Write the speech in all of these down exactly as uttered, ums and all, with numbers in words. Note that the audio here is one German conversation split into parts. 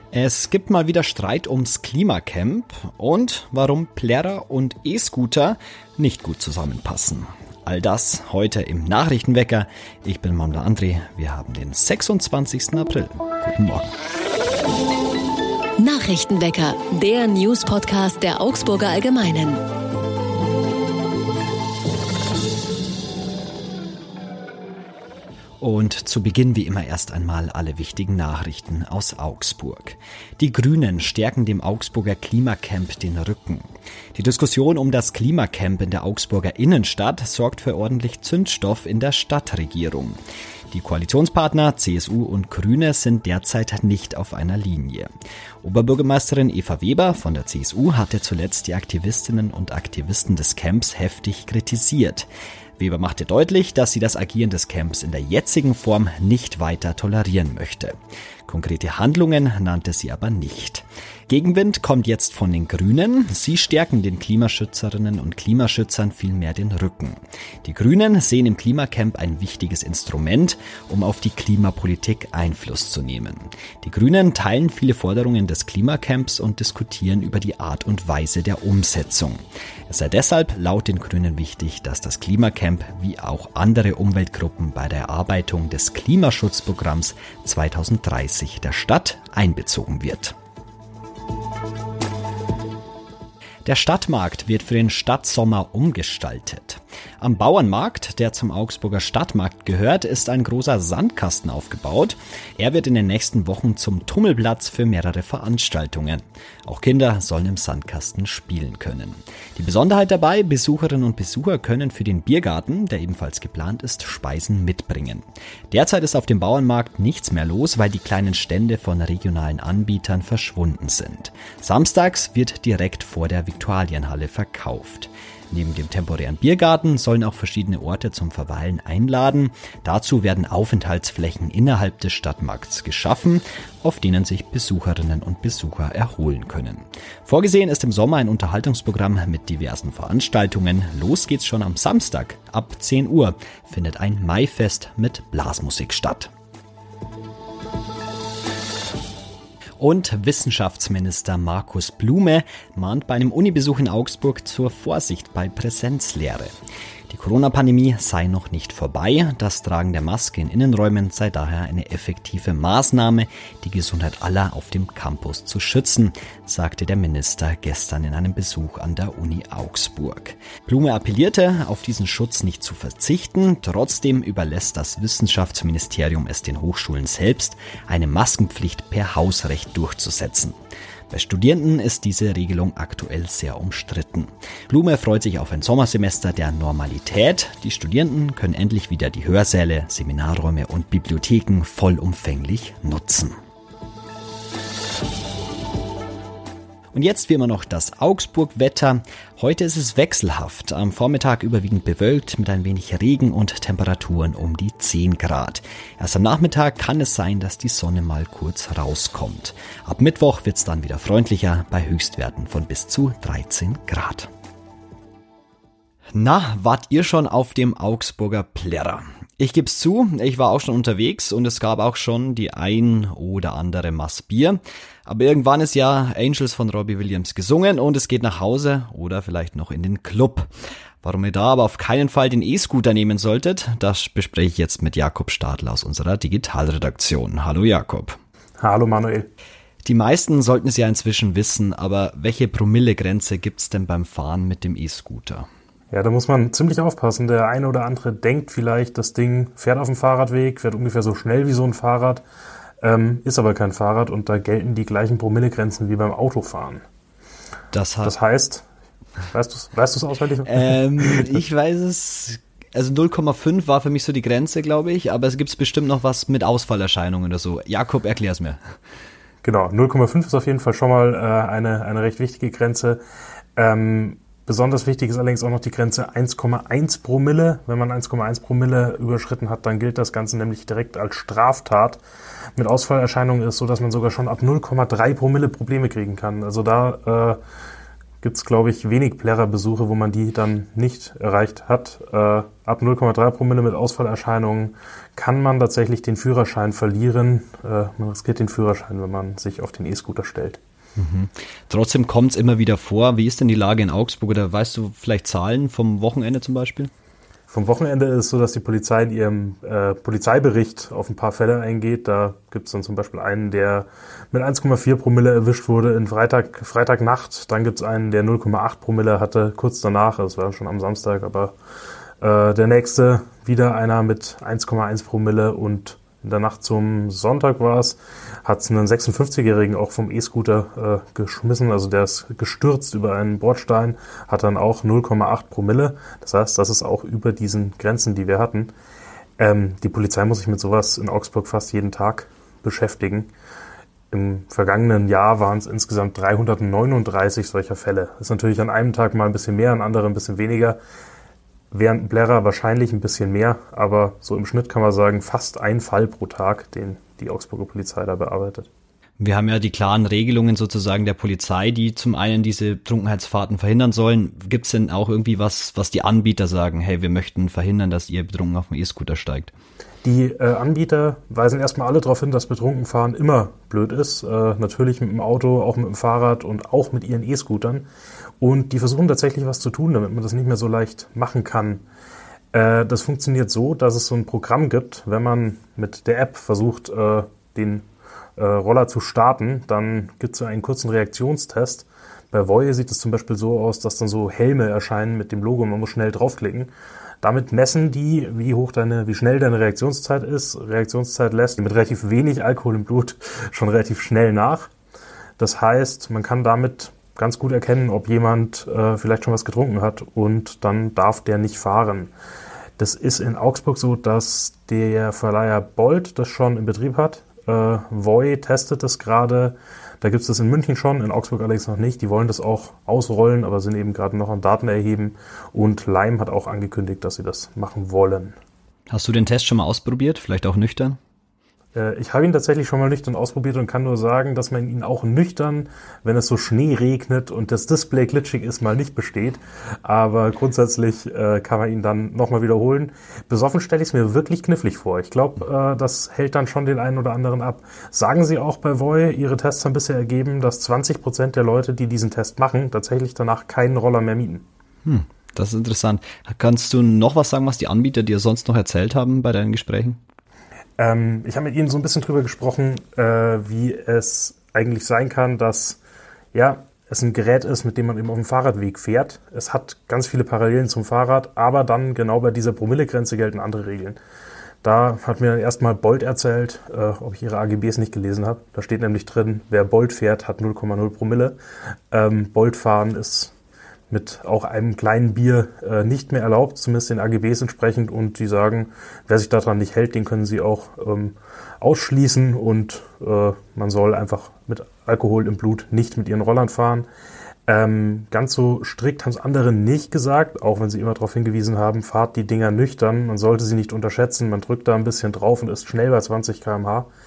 Es gibt mal wieder Streit ums Klimacamp und warum Plärrer und E-Scooter nicht gut zusammenpassen. All das heute im Nachrichtenwecker. Ich bin Manuel André. Wir haben den sechsundzwanzigsten April. Guten Morgen. Nachrichtenwecker, der News-Podcast der Augsburger Allgemeinen. Und zu Beginn wie immer erst einmal alle wichtigen Nachrichten aus Augsburg. Die Grünen stärken dem Augsburger Klimacamp den Rücken. Die Diskussion um das Klimacamp in der Augsburger Innenstadt sorgt für ordentlich Zündstoff in der Stadtregierung. Die Koalitionspartner C S U und Grüne sind derzeit nicht auf einer Linie. Oberbürgermeisterin Eva Weber von der C S U hatte zuletzt die Aktivistinnen und Aktivisten des Camps heftig kritisiert. Weber machte deutlich, dass sie das Agieren des Camps in der jetzigen Form nicht weiter tolerieren möchte. Konkrete Handlungen nannte sie aber nicht. Gegenwind kommt jetzt von den Grünen. Sie stärken den Klimaschützerinnen und Klimaschützern vielmehr den Rücken. Die Grünen sehen im Klimacamp ein wichtiges Instrument, um auf die Klimapolitik Einfluss zu nehmen. Die Grünen teilen viele Forderungen des Klimacamps und diskutieren über die Art und Weise der Umsetzung. Es sei deshalb laut den Grünen wichtig, dass das Klimacamp wie auch andere Umweltgruppen bei der Erarbeitung des Klimaschutzprogramms zweitausenddreißig der Stadt einbezogen wird. Der Stadtmarkt wird für den Stadtsommer umgestaltet. Am Bauernmarkt, der zum Augsburger Stadtmarkt gehört, ist ein großer Sandkasten aufgebaut. Er wird in den nächsten Wochen zum Tummelplatz für mehrere Veranstaltungen. Auch Kinder sollen im Sandkasten spielen können. Die Besonderheit dabei, Besucherinnen und Besucher können für den Biergarten, der ebenfalls geplant ist, Speisen mitbringen. Derzeit ist auf dem Bauernmarkt nichts mehr los, weil die kleinen Stände von regionalen Anbietern verschwunden sind. Samstags wird direkt vor der Viktualienhalle verkauft. Neben dem temporären Biergarten sollen auch verschiedene Orte zum Verweilen einladen. Dazu werden Aufenthaltsflächen innerhalb des Stadtmarkts geschaffen, auf denen sich Besucherinnen und Besucher erholen können. Vorgesehen ist im Sommer ein Unterhaltungsprogramm mit diversen Veranstaltungen. Los geht's schon am Samstag. Ab zehn Uhr findet ein Maifest mit Blasmusik statt. Und Wissenschaftsminister Markus Blume mahnt bei einem Unibesuch in Augsburg zur Vorsicht bei Präsenzlehre. Die Corona-Pandemie sei noch nicht vorbei. Das Tragen der Maske in Innenräumen sei daher eine effektive Maßnahme, die Gesundheit aller auf dem Campus zu schützen, sagte der Minister gestern in einem Besuch an der Uni Augsburg. Blume appellierte, auf diesen Schutz nicht zu verzichten. Trotzdem überlässt das Wissenschaftsministerium es den Hochschulen selbst, eine Maskenpflicht per Hausrecht durchzusetzen. Bei Studierenden ist diese Regelung aktuell sehr umstritten. Blume freut sich auf ein Sommersemester der Normalität. Die Studierenden können endlich wieder die Hörsäle, Seminarräume und Bibliotheken vollumfänglich nutzen. Und jetzt wie immer noch das Augsburg-Wetter. Heute ist es wechselhaft. Am Vormittag überwiegend bewölkt mit ein wenig Regen und Temperaturen um die zehn Grad. Erst am Nachmittag kann es sein, dass die Sonne mal kurz rauskommt. Ab Mittwoch wird es dann wieder freundlicher bei Höchstwerten von bis zu dreizehn Grad. Na, wart ihr schon auf dem Augsburger Plärrer? Ich geb's zu, ich war auch schon unterwegs und es gab auch schon die ein oder andere Maß Bier. Aber irgendwann ist ja Angels von Robbie Williams gesungen und es geht nach Hause oder vielleicht noch in den Club. Warum ihr da aber auf keinen Fall den E-Scooter nehmen solltet, das bespreche ich jetzt mit Jakob Stadl aus unserer Digitalredaktion. Hallo Jakob. Hallo Manuel. Die meisten sollten es ja inzwischen wissen, aber welche Promillegrenze gibt's denn beim Fahren mit dem E-Scooter? Ja, da muss man ziemlich aufpassen. Der eine oder andere denkt vielleicht, das Ding fährt auf dem Fahrradweg, fährt ungefähr so schnell wie so ein Fahrrad, ähm, ist aber kein Fahrrad und da gelten die gleichen Promillegrenzen wie beim Autofahren. Das, hat das heißt, weißt du es weißt du's auswendig? Ähm, ich weiß es, also null Komma fünf war für mich so die Grenze, glaube ich, aber es gibt bestimmt noch was mit Ausfallerscheinungen oder so. Jakob, erklär's mir. Genau, null Komma fünf ist auf jeden Fall schon mal äh, eine, eine recht wichtige Grenze. Ähm, Besonders wichtig ist allerdings auch noch die Grenze eins Komma eins Promille. Wenn man eins Komma eins Promille überschritten hat, dann gilt das Ganze nämlich direkt als Straftat. Mit Ausfallerscheinungen ist es so, dass man sogar schon ab null Komma drei Promille Probleme kriegen kann. Also da äh, gibt es, glaube ich, wenig Plärrer-Besuche, wo man die dann nicht erreicht hat. Äh, ab null Komma drei Promille mit Ausfallerscheinungen kann man tatsächlich den Führerschein verlieren. Äh, man riskiert den Führerschein, wenn man sich auf den E-Scooter stellt. Mhm. Trotzdem kommt es immer wieder vor. Wie ist denn die Lage in Augsburg? Oder weißt du vielleicht Zahlen vom Wochenende zum Beispiel? Vom Wochenende ist es so, dass die Polizei in ihrem äh, Polizeibericht auf ein paar Fälle eingeht. Da gibt es dann zum Beispiel einen, der mit eins Komma vier Promille erwischt wurde in Freitag, Freitagnacht. Dann gibt es einen, der null Komma acht Promille hatte, kurz danach. Das war schon am Samstag. Aber äh, der nächste, wieder einer mit eins Komma eins Promille. Und in der Nacht zum Sonntag war es, hat es einen sechsundfünfzigjährigen auch vom E-Scooter äh, geschmissen. Also der ist gestürzt über einen Bordstein, hat dann auch null Komma acht Promille. Das heißt, das ist auch über diesen Grenzen, die wir hatten. Ähm, die Polizei muss sich mit sowas in Augsburg fast jeden Tag beschäftigen. Im vergangenen Jahr waren es insgesamt dreihundertneununddreißig solcher Fälle. Das ist natürlich an einem Tag mal ein bisschen mehr, an anderen ein bisschen weniger. Während Plärrer wahrscheinlich ein bisschen mehr, aber so im Schnitt kann man sagen, fast ein Fall pro Tag, den die Augsburger Polizei da bearbeitet. Wir haben ja die klaren Regelungen sozusagen der Polizei, die zum einen diese Trunkenheitsfahrten verhindern sollen. Gibt es denn auch irgendwie was, was die Anbieter sagen, hey, wir möchten verhindern, dass ihr betrunken auf dem E-Scooter steigt? Die äh, Anbieter weisen erstmal alle darauf hin, dass Betrunkenfahren immer blöd ist. Äh, natürlich mit dem Auto, auch mit dem Fahrrad und auch mit ihren E-Scootern. Und die versuchen tatsächlich was zu tun, damit man das nicht mehr so leicht machen kann. Äh, das funktioniert so, dass es so ein Programm gibt, wenn man mit der App versucht, äh, den äh, Roller zu starten, dann gibt es so einen kurzen Reaktionstest. Bei Voie sieht es zum Beispiel so aus, dass dann so Helme erscheinen mit dem Logo und man muss schnell draufklicken. Damit messen die, wie hoch deine, wie schnell deine Reaktionszeit ist. Reaktionszeit lässt mit relativ wenig Alkohol im Blut schon relativ schnell nach. Das heißt, man kann damit ganz gut erkennen, ob jemand äh, vielleicht schon was getrunken hat und dann darf der nicht fahren. Das ist in Augsburg so, dass der Verleiher Bolt das schon in Betrieb hat. Äh, Voie testet das gerade. Da gibt es das in München schon, in Augsburg allerdings noch nicht. Die wollen das auch ausrollen, aber sind eben gerade noch an Daten erheben. Und Lime hat auch angekündigt, dass sie das machen wollen. Hast du den Test schon mal ausprobiert? Vielleicht auch nüchtern? Ich habe ihn tatsächlich schon mal nüchtern ausprobiert und kann nur sagen, dass man ihn auch nüchtern, wenn es so Schnee regnet und das Display glitschig ist, mal nicht besteht. Aber grundsätzlich äh, kann man ihn dann nochmal wiederholen. Besoffen stelle ich es mir wirklich knifflig vor. Ich glaube, äh, das hält dann schon den einen oder anderen ab. Sagen Sie auch bei Voie, Ihre Tests haben bisher ergeben, dass zwanzig Prozent der Leute, die diesen Test machen, tatsächlich danach keinen Roller mehr mieten. Hm, das ist interessant. Kannst du noch was sagen, was die Anbieter dir sonst noch erzählt haben bei deinen Gesprächen? Ähm, ich habe mit Ihnen so ein bisschen drüber gesprochen, äh, wie es eigentlich sein kann, dass ja, es ein Gerät ist, mit dem man eben auf dem Fahrradweg fährt. Es hat ganz viele Parallelen zum Fahrrad, aber dann genau bei dieser Promillegrenze gelten andere Regeln. Da hat mir erstmal Bolt erzählt, äh, ob ich ihre A G Bs nicht gelesen habe. Da steht nämlich drin, wer Bolt fährt, hat null Komma null Promille. Ähm, Bolt fahren ist mit auch einem kleinen Bier äh, nicht mehr erlaubt, zumindest den A G Bs entsprechend. Und die sagen, wer sich daran nicht hält, den können sie auch ähm, ausschließen. Und äh, man soll einfach mit Alkohol im Blut nicht mit ihren Rollern fahren. Ähm, ganz so strikt haben es andere nicht gesagt, auch wenn sie immer darauf hingewiesen haben, fahrt die Dinger nüchtern. Man sollte sie nicht unterschätzen. Man drückt da ein bisschen drauf und ist schnell bei zwanzig Kilometer pro Stunde.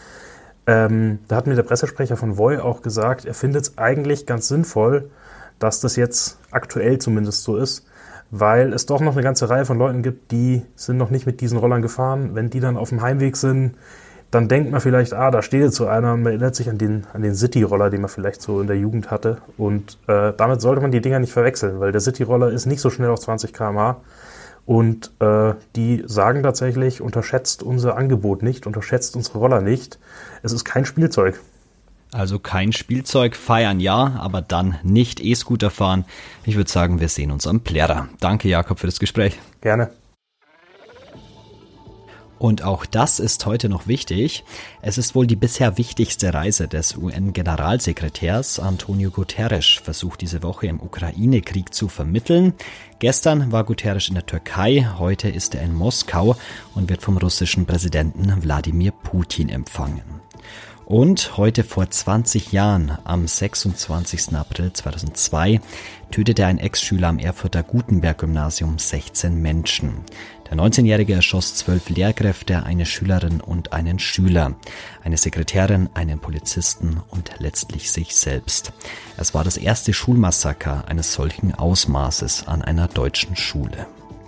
Ähm, da hat mir der Pressesprecher von Voie auch gesagt, er findet es eigentlich ganz sinnvoll, dass das jetzt aktuell zumindest so ist, weil es doch noch eine ganze Reihe von Leuten gibt, die sind noch nicht mit diesen Rollern gefahren. Wenn die dann auf dem Heimweg sind, dann denkt man vielleicht, ah, da steht jetzt so einer, man erinnert sich an den, an den City-Roller, den man vielleicht so in der Jugend hatte. Und äh, damit sollte man die Dinger nicht verwechseln, weil der City-Roller ist nicht so schnell auf zwanzig Kilometer pro Stunde. Und äh, die sagen tatsächlich, unterschätzt unser Angebot nicht, unterschätzt unsere Roller nicht. Es ist kein Spielzeug. Also kein Spielzeug, feiern ja, aber dann nicht E-Scooter fahren. Ich würde sagen, wir sehen uns am Plärrer. Danke, Jakob, für das Gespräch. Gerne. Und auch das ist heute noch wichtig. Es ist wohl die bisher wichtigste Reise des U N-Generalsekretärs. Antonio Guterres versucht diese Woche im Ukraine-Krieg zu vermitteln. Gestern war Guterres in der Türkei, heute ist er in Moskau und wird vom russischen Präsidenten Wladimir Putin empfangen. Und heute vor zwanzig Jahren, am sechsundzwanzigsten April zweitausendzwei, tötete ein Ex-Schüler am Erfurter Gutenberg-Gymnasium sechzehn Menschen. Der neunzehnjährige erschoss zwölf Lehrkräfte, eine Schülerin und einen Schüler, eine Sekretärin, einen Polizisten und letztlich sich selbst. Es war das erste Schulmassaker eines solchen Ausmaßes an einer deutschen Schule.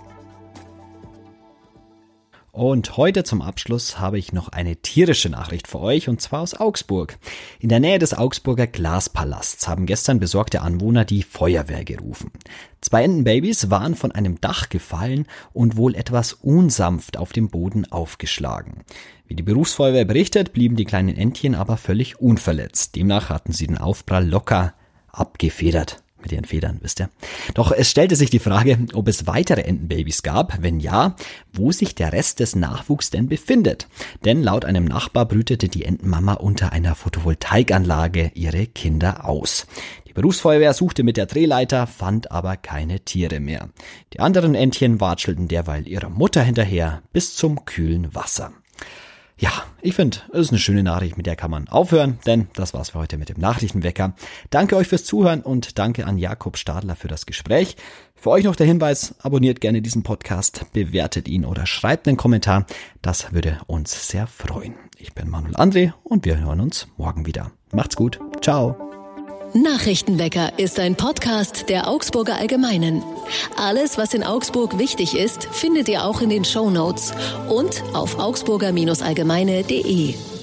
Und heute zum Abschluss habe ich noch eine tierische Nachricht für euch, und zwar aus Augsburg. In der Nähe des Augsburger Glaspalasts haben gestern besorgte Anwohner die Feuerwehr gerufen. Zwei Entenbabys waren von einem Dach gefallen und wohl etwas unsanft auf dem Boden aufgeschlagen. Wie die Berufsfeuerwehr berichtet, blieben die kleinen Entchen aber völlig unverletzt. Demnach hatten sie den Aufprall locker abgefedert. Mit ihren Federn, wisst ihr. Doch es stellte sich die Frage, ob es weitere Entenbabys gab. Wenn ja, wo sich der Rest des Nachwuchs denn befindet. Denn laut einem Nachbar brütete die Entenmama unter einer Photovoltaikanlage ihre Kinder aus. Die Berufsfeuerwehr suchte mit der Drehleiter, fand aber keine Tiere mehr. Die anderen Entchen watschelten derweil ihrer Mutter hinterher bis zum kühlen Wasser. Ja, ich finde, es ist eine schöne Nachricht, mit der kann man aufhören, denn das war's für heute mit dem Nachrichtenwecker. Danke euch fürs Zuhören und danke an Jakob Stadler für das Gespräch. Für euch noch der Hinweis, abonniert gerne diesen Podcast, bewertet ihn oder schreibt einen Kommentar. Das würde uns sehr freuen. Ich bin Manuel André und wir hören uns morgen wieder. Macht's gut. Ciao. Nachrichtenwecker ist ein Podcast der Augsburger Allgemeinen. Alles, was in Augsburg wichtig ist, findet ihr auch in den Shownotes und auf augsburger Allgemeine punkt de.